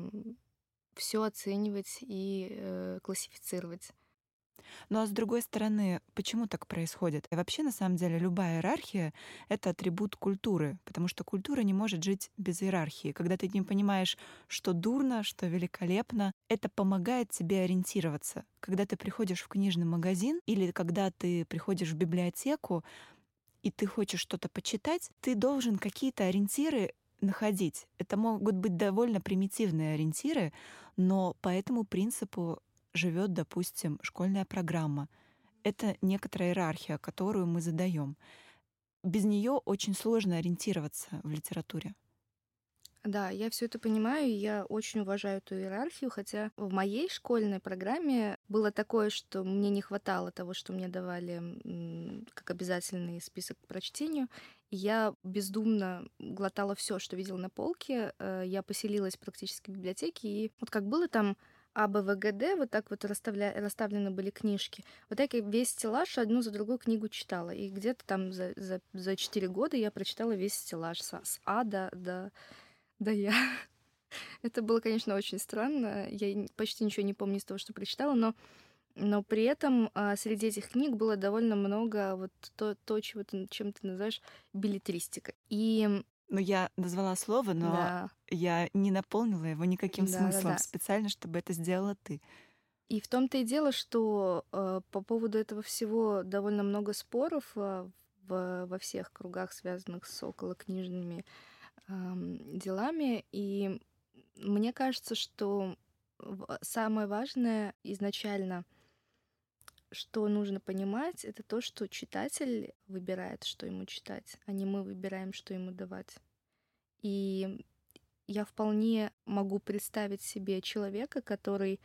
все оценивать и классифицировать. Ну а с другой стороны, почему так происходит? И вообще, на самом деле, любая иерархия — это атрибут культуры, потому что культура не может жить без иерархии. Когда ты не понимаешь, что дурно, что великолепно, это помогает тебе ориентироваться. Когда ты приходишь в книжный магазин или когда ты приходишь в библиотеку, и ты хочешь что-то почитать, ты должен какие-то ориентиры находить. Это могут быть довольно примитивные ориентиры, но по этому принципу живет, допустим, школьная программа. Это некоторая иерархия, которую мы задаем. Без нее очень сложно ориентироваться в литературе. Да, я все это понимаю, и я очень уважаю эту иерархию, хотя в моей школьной программе было такое, что мне не хватало того, что мне давали как обязательный список к прочтению. И я бездумно глотала все, что видела на полке. Я поселилась практически в библиотеке, и вот как было там А, Б, В, Г, Д, вот так вот расставлены были книжки. Вот так я весь стеллаж одну за другой книгу читала. И где-то там за 4 года я прочитала весь стеллаж с А до Я. Это было, конечно, очень странно. Я почти ничего не помню из того, что прочитала, но при этом среди этих книг было довольно много вот чем ты называешь беллетристикой. И Ну, я назвала слово, но да, я не наполнила его никаким смыслом да. специально, чтобы это сделала ты. И в том-то и дело, что по поводу этого всего довольно много споров во всех кругах, связанных с околокнижными делами. И мне кажется, что самое важное изначально, что нужно понимать, это то, что читатель выбирает, что ему читать, а не мы выбираем, что ему давать. И я вполне могу представить себе человека, который,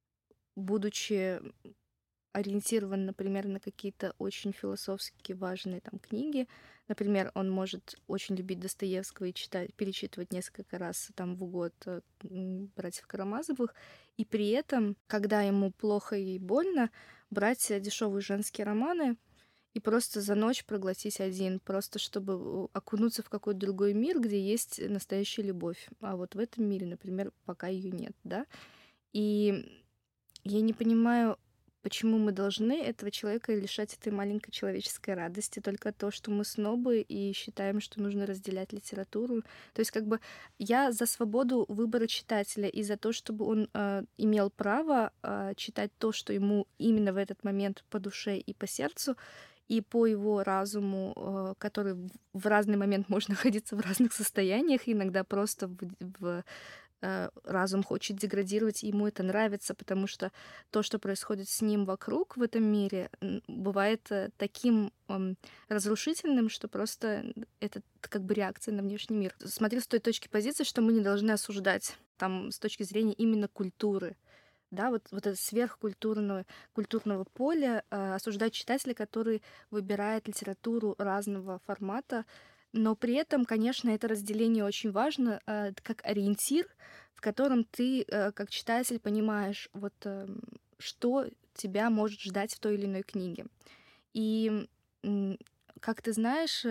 будучи ориентирован, например, на какие-то очень философски важные там книги. Например, он может очень любить Достоевского и перечитывать несколько раз там в год братьев Карамазовых, и при этом, когда ему плохо и больно, брать дешевые женские романы и просто за ночь проглотить один, просто чтобы окунуться в какой-то другой мир, где есть настоящая любовь. А вот в этом мире, например, пока ее нет, да. И я не понимаю, почему мы должны этого человека лишать этой маленькой человеческой радости, только то, что мы снобы и считаем, что нужно разделять литературу. То есть как бы я за свободу выбора читателя и за то, чтобы он имел право читать то, что ему именно в этот момент по душе и по сердцу, и по его разуму, который в разный момент может находиться в разных состояниях, иногда просто разум хочет деградировать, и ему это нравится, потому что то, что происходит с ним вокруг в этом мире, бывает таким разрушительным, что просто это как бы реакция на внешний мир. Смотрю с той точки позиции, что мы не должны осуждать там с точки зрения именно культуры. Да, вот это культурного поля, осуждать читателя, который выбирает литературу разного формата, но при этом, конечно, это разделение очень важно, как ориентир, в котором ты, как читатель, понимаешь, вот что тебя может ждать в той или иной книге. И, как ты знаешь,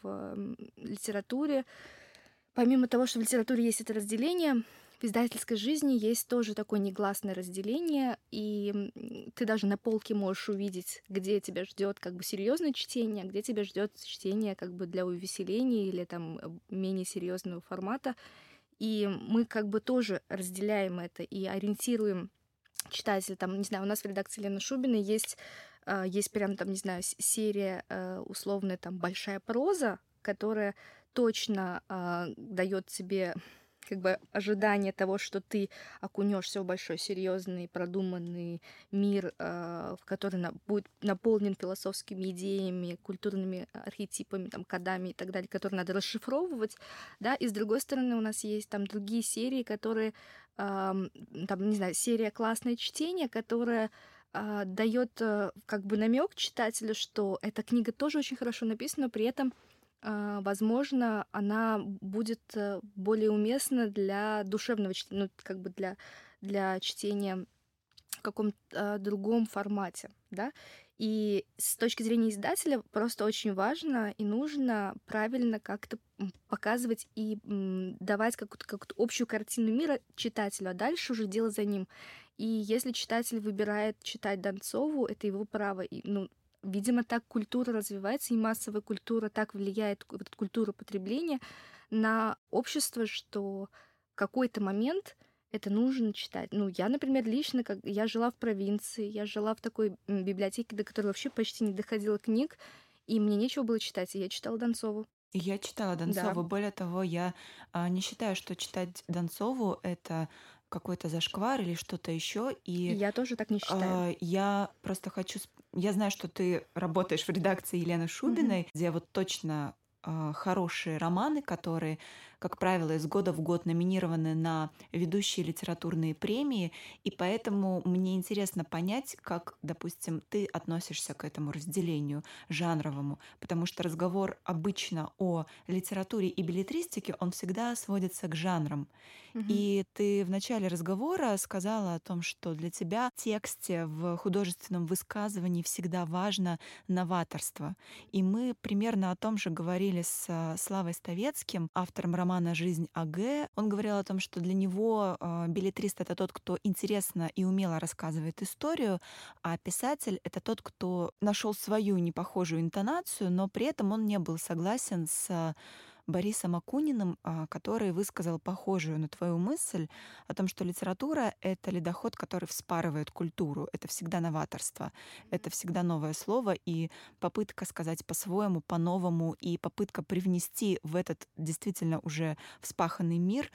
в литературе, помимо того, что в литературе есть это разделение, в издательской жизни есть тоже такое негласное разделение, и ты даже на полке можешь увидеть, где тебя ждет как бы серьезное чтение, а где тебя ждет чтение как бы для увеселения или там менее серьезного формата. И мы как бы тоже разделяем это и ориентируем читателя. Там, не знаю, у нас в редакции Лены Шубиной есть прям там, не знаю, серия условная там «Большая проза», которая точно дает тебе как бы ожидание того, что ты окунешься в большой, серьезный, продуманный мир, в который будет наполнен философскими идеями, культурными архетипами, там, кодами и так далее, которые надо расшифровывать, да, и с другой стороны у нас есть там другие серии, которые, там, не знаю, серия «Классное чтение», которая дает как бы намек читателю, что эта книга тоже очень хорошо написана, но при этом возможно, она будет более уместна для душевного чтения, ну, как бы для чтения в каком-то другом формате, да. И с точки зрения издателя просто очень важно и нужно правильно как-то показывать и давать какую-то общую картину мира читателю, а дальше уже дело за ним. И если читатель выбирает читать Донцову, это его право. И, ну, видимо, так культура развивается, и массовая культура так влияет, вот эта культура потребления на общество, что в какой-то момент это нужно читать. Ну, я, например, лично, как я жила в провинции, я жила в такой библиотеке, до которой вообще почти не доходило книг, и мне нечего было читать, и я читала Донцову. И я читала Да. Донцову. Более того, я не считаю, что читать Донцову это какой-то зашквар или что-то еще. И И я тоже так не считаю. я просто хочу... Я знаю, что ты работаешь в редакции Елены Мгм. Шубиной, где вот точно хорошие романы, которые, как правило, из года в год номинированы на ведущие литературные премии, и поэтому мне интересно понять, как, допустим, ты относишься к этому разделению жанровому, потому что разговор обычно о литературе и беллетристике, он всегда сводится к жанрам. Мгм. И ты в начале разговора сказала о том, что для тебя в тексте, в художественном высказывании всегда важно новаторство. И мы примерно о том же говорили с Славой Ставецким, автором романа «Жизнь А.Г». Он говорил о том, что для него беллетрист — это тот, кто интересно и умело рассказывает историю, а писатель — это тот, кто нашел свою непохожую интонацию, но при этом он не был согласен с Борисом Акуниным, который высказал похожую на твою мысль о том, что литература — это ледоход, который вспарывает культуру. Это всегда новаторство, это всегда новое слово и попытка сказать по-своему, по-новому, и попытка привнести в этот действительно уже вспаханный мир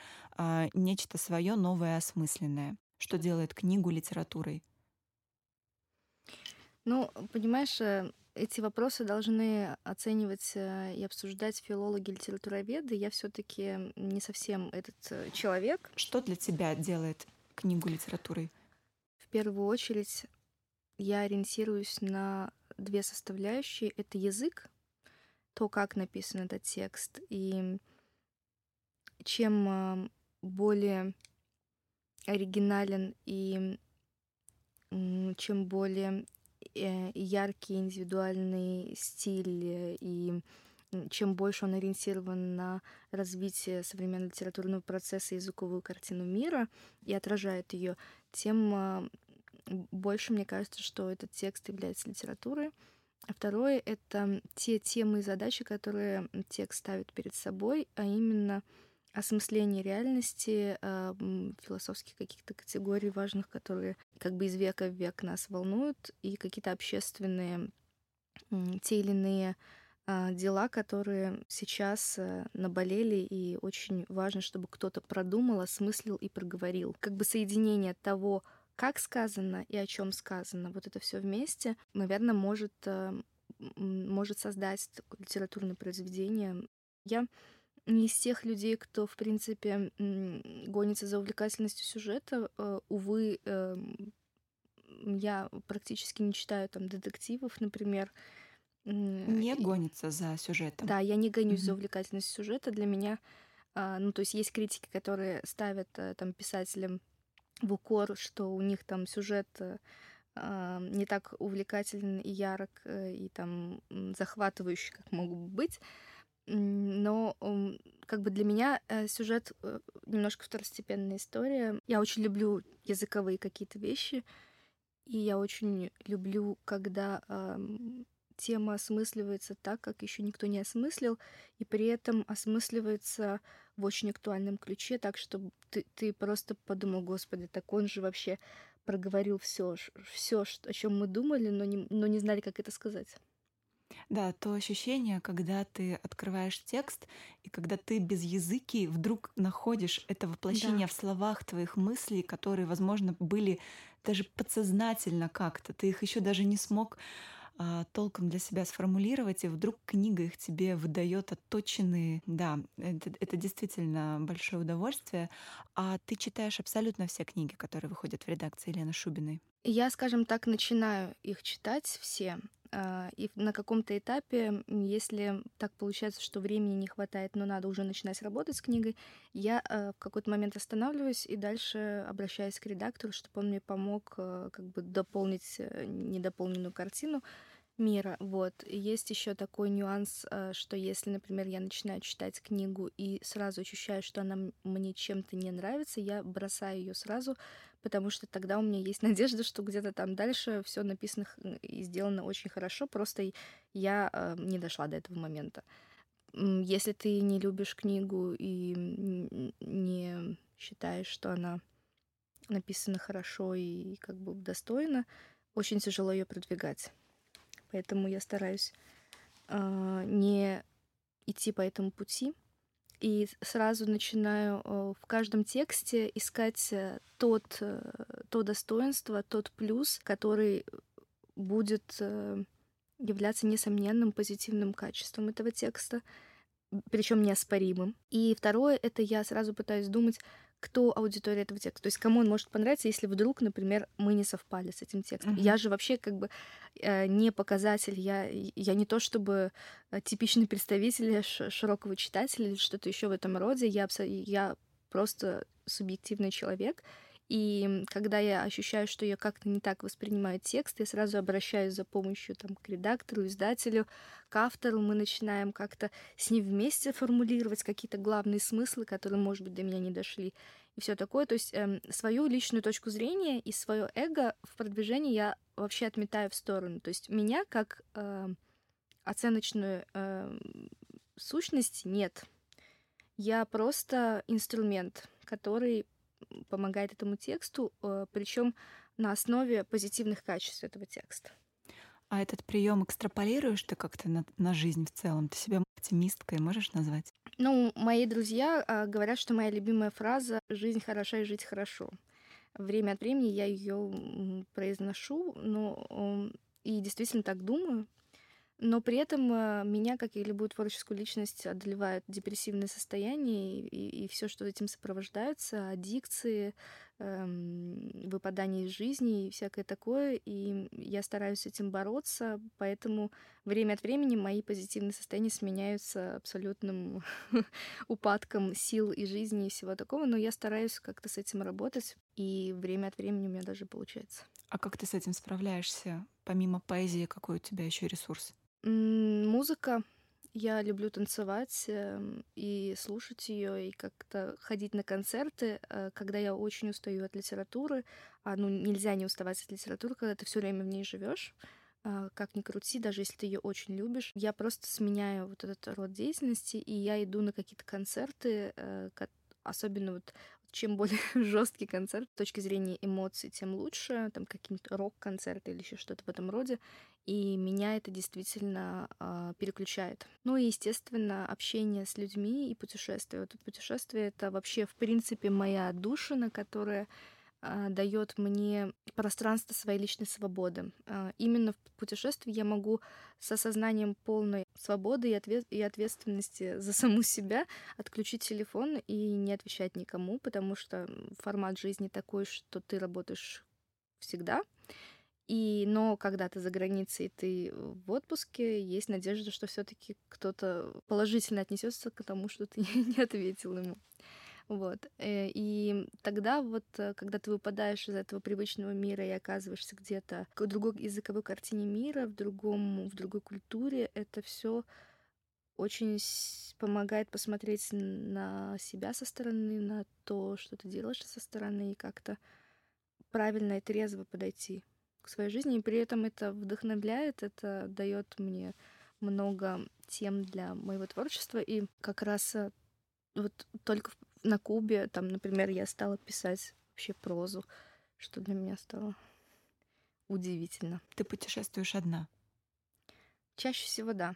нечто свое новое, осмысленное, что делает книгу литературой. Ну, понимаешь, эти вопросы должны оценивать и обсуждать филологи, литературоведы. Я все-таки не совсем этот человек. Что для тебя делает книгу литературой? В первую очередь я ориентируюсь на две составляющие. Это язык, то, как написан этот текст. И чем более оригинален и чем более яркий индивидуальный стиль, и чем больше он ориентирован на развитие современного литературного процесса и языковую картину мира и отражает ее, тем больше мне кажется, что этот текст является литературой. А второе — это те темы и задачи, которые текст ставит перед собой, а именно осмысление реальности, философских каких-то категорий важных, которые как бы из века в век нас волнуют, и какие-то общественные те или иные дела, которые сейчас наболели, и очень важно, чтобы кто-то продумал, осмыслил и проговорил. Как бы соединение того, как сказано и о чем сказано, вот это все вместе, наверное, может создать такое литературное произведение. Я не из тех людей, кто, в принципе, гонится за увлекательностью сюжета. Увы, я практически не читаю там детективов, например. Не гонится за сюжетом. Да, я не гонюсь за увлекательностью сюжета. Для меня, ну, то есть есть критики, которые ставят там писателям в укор, что у них там сюжет не так увлекателен и ярок, и там захватывающий, как могут быть. Но как бы для меня сюжет немножко второстепенная история. Я очень люблю языковые какие-то вещи, и я очень люблю, когда тема осмысливается так, как еще никто не осмыслил, и при этом осмысливается в очень актуальном ключе, так что ты просто подумал: Господи, так он же вообще проговорил все, о чем мы думали, но не знали, как это сказать. Да, то ощущение, когда ты открываешь текст, и когда ты без языки вдруг находишь это Да. воплощение в словах твоих мыслей, которые, возможно, были даже подсознательно как-то. Ты их еще даже не смог толком для себя сформулировать, и вдруг книга их тебе выдает отточенные. Да, это действительно большое удовольствие. А ты читаешь абсолютно все книги, которые выходят в редакции Елены Шубиной? Я, скажем так, начинаю их читать все, и на каком-то этапе, если так получается, что времени не хватает, но надо уже начинать работать с книгой, я в какой-то момент останавливаюсь и дальше обращаюсь к редактору, чтобы он мне помог как бы дополнить недополненную картину мира. Вот. И есть еще такой нюанс, что если, например, я начинаю читать книгу и сразу ощущаю, что она мне чем-то не нравится, я бросаю ее сразу, потому что тогда у меня есть надежда, что где-то там дальше все написано и сделано очень хорошо, просто я не дошла до этого момента. Если ты не любишь книгу и не считаешь, что она написана хорошо и как бы достойно, очень тяжело ее продвигать. Поэтому я стараюсь не идти по этому пути и сразу начинаю в каждом тексте искать то достоинство, тот плюс, который будет являться несомненным позитивным качеством этого текста, причем неоспоримым. И второе — это я сразу пытаюсь думать, кто аудитория этого текста. То есть кому он может понравиться, если вдруг, например, мы не совпали с этим текстом. Я же вообще как бы не показатель, я не то чтобы типичный представитель широкого читателя или что-то еще в этом роде. Я просто субъективный человек. И когда я ощущаю, что я как-то не так воспринимаю текст, я сразу обращаюсь за помощью там, к редактору, издателю, к автору. Мы начинаем как-то с ним вместе формулировать какие-то главные смыслы, которые, может быть, до меня не дошли. И все такое. То есть свою личную точку зрения и свое эго в продвижении я вообще отметаю в сторону. То есть меня как оценочную сущность нет. Я просто инструмент, который помогает этому тексту, причем на основе позитивных качеств этого текста. А этот прием экстраполируешь ты как-то на жизнь в целом? Ты себя оптимисткой можешь назвать? Ну, мои друзья говорят, что моя любимая фраза «жизнь хороша и жить хорошо». Время от времени я ее произношу, но и действительно так думаю. Но при этом меня, как и любую творческую личность, одолевают депрессивные состояния и все, что этим сопровождается, аддикции, выпадание из жизни и всякое такое. И я стараюсь с этим бороться, поэтому время от времени мои позитивные состояния сменяются абсолютным упадком сил и жизни и всего такого, но я стараюсь как-то с этим работать, и время от времени у меня даже получается. А как ты с этим справляешься? Помимо поэзии, какой у тебя еще ресурс? Музыка. Я люблю танцевать и слушать ее, и как-то ходить на концерты, когда я очень устаю от литературы. Ну, нельзя не уставать от литературы, когда ты все время в ней живешь. Как ни крути, даже если ты ее очень любишь. Я просто сменяю вот этот род деятельности, и я иду на какие-то концерты, особенно вот чем более жесткий концерт с точки зрения эмоций, тем лучше. Там какие-нибудь рок-концерты или еще что-то в этом роде. И меня это действительно переключает. Ну и, естественно, общение с людьми и путешествия. Вот путешествие — это вообще, в принципе, моя отдушина, которая дает мне пространство своей личной свободы. Именно в путешествии я могу с осознанием полной свободы и ответственности за саму себя отключить телефон и не отвечать никому, потому что формат жизни такой, что ты работаешь всегда. Но когда ты за границей, ты в отпуске, есть надежда, что все-таки кто-то положительно отнесется к тому, что ты не ответил ему. Вот. И тогда вот, когда ты выпадаешь из этого привычного мира и оказываешься где-то в другой языковой картине мира, в другой культуре, это все очень помогает посмотреть на себя со стороны, на то, что ты делаешь со стороны, и как-то правильно и трезво подойти к своей жизни. И при этом это вдохновляет, это дает мне много тем для моего творчества. И как раз вот только на Кубе, там, например, я стала писать вообще прозу, что для меня стало удивительно. Ты путешествуешь одна? Чаще всего, да.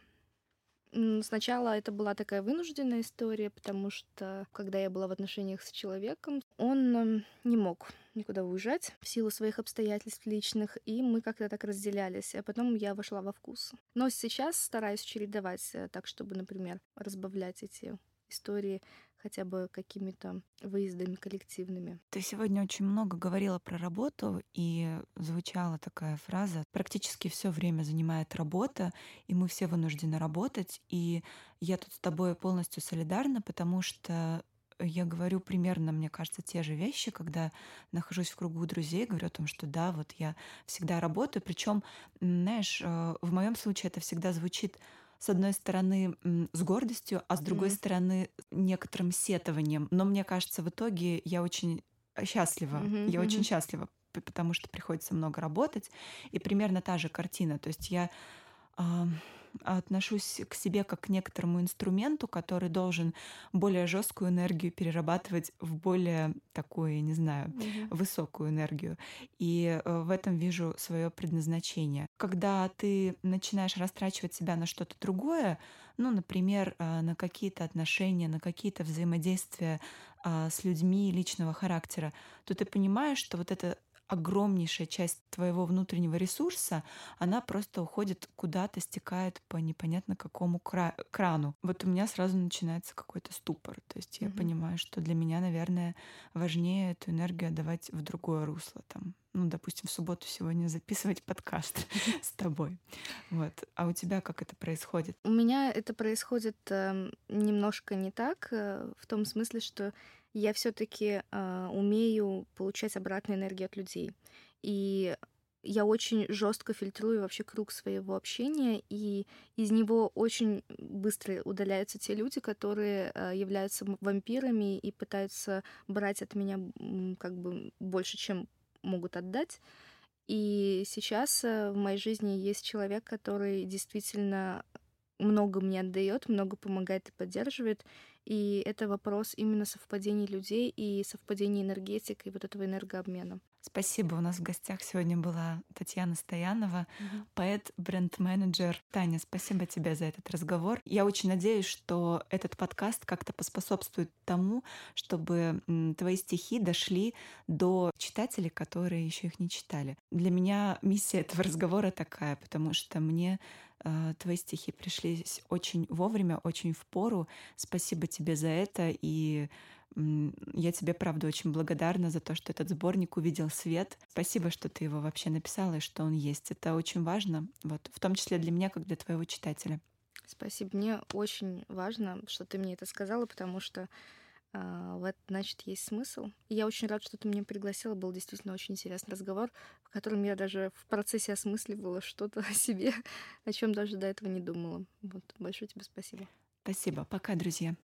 Сначала это была такая вынужденная история, потому что, когда я была в отношениях с человеком, он не мог никуда уезжать в силу своих обстоятельств личных, и мы как-то так разделялись, а потом я вошла во вкус. Но сейчас стараюсь чередовать так, чтобы, например, разбавлять эти истории хотя бы какими-то выездами коллективными. Ты сегодня очень много говорила про работу, и звучала такая фраза: практически все время занимает работа, и мы все вынуждены работать. И я тут с тобой полностью солидарна, потому что я говорю примерно, мне кажется, те же вещи, когда нахожусь в кругу друзей, говорю о том, что да, вот я всегда работаю. Причем, знаешь, в моем случае это всегда звучит с одной стороны с гордостью, а с другой стороны некоторым сетованием. Но мне кажется, в итоге я очень счастлива. Я очень счастлива, потому что приходится много работать. И примерно та же картина. То есть я а, отношусь к себе как к некоторому инструменту, который должен более жесткую энергию перерабатывать в более такую, я не знаю, высокую энергию. И в этом вижу свое предназначение. Когда ты начинаешь растрачивать себя на что-то другое, ну, например, на какие-то отношения, на какие-то взаимодействия с людьми личного характера, то ты понимаешь, что вот это огромнейшая часть твоего внутреннего ресурса, она просто уходит куда-то, стекает по непонятно какому крану. Вот у меня сразу начинается какой-то ступор. То есть я понимаю, что для меня, наверное, важнее эту энергию отдавать в другое русло. Там, ну, допустим, в субботу сегодня записывать подкаст с тобой. Вот. А у тебя как это происходит? У меня это происходит немножко не так, в том смысле, что я все-таки умею получать обратную энергию от людей. И я очень жестко фильтрую вообще круг своего общения, и из него очень быстро удаляются те люди, которые являются вампирами и пытаются брать от меня как бы больше, чем могут отдать. И сейчас в моей жизни есть человек, который действительно много мне отдает, много помогает и поддерживает. И это вопрос именно совпадений людей и совпадений энергетик и вот этого энергообмена. Спасибо. У нас в гостях сегодня была Татьяна Стоянова, поэт, бренд-менеджер. Таня, спасибо тебе за этот разговор. Я очень надеюсь, что этот подкаст как-то поспособствует тому, чтобы твои стихи дошли до читателей, которые еще их не читали. Для меня миссия этого разговора такая, потому что мне твои стихи пришлись очень вовремя, очень впору. Спасибо тебе за это. И я тебе, правда, очень благодарна за то, что этот сборник увидел свет. Спасибо, что ты его вообще написала и что он есть. Это очень важно, вот, в том числе для меня, как для твоего читателя. Спасибо. Мне очень важно, что ты мне это сказала, потому что в этом, значит, есть смысл. И я очень рада, что ты меня пригласила. Был действительно очень интересный разговор, в котором я даже в процессе осмысливала что-то о себе, о чем даже до этого не думала. Вот. Большое тебе спасибо. Спасибо. Пока, друзья.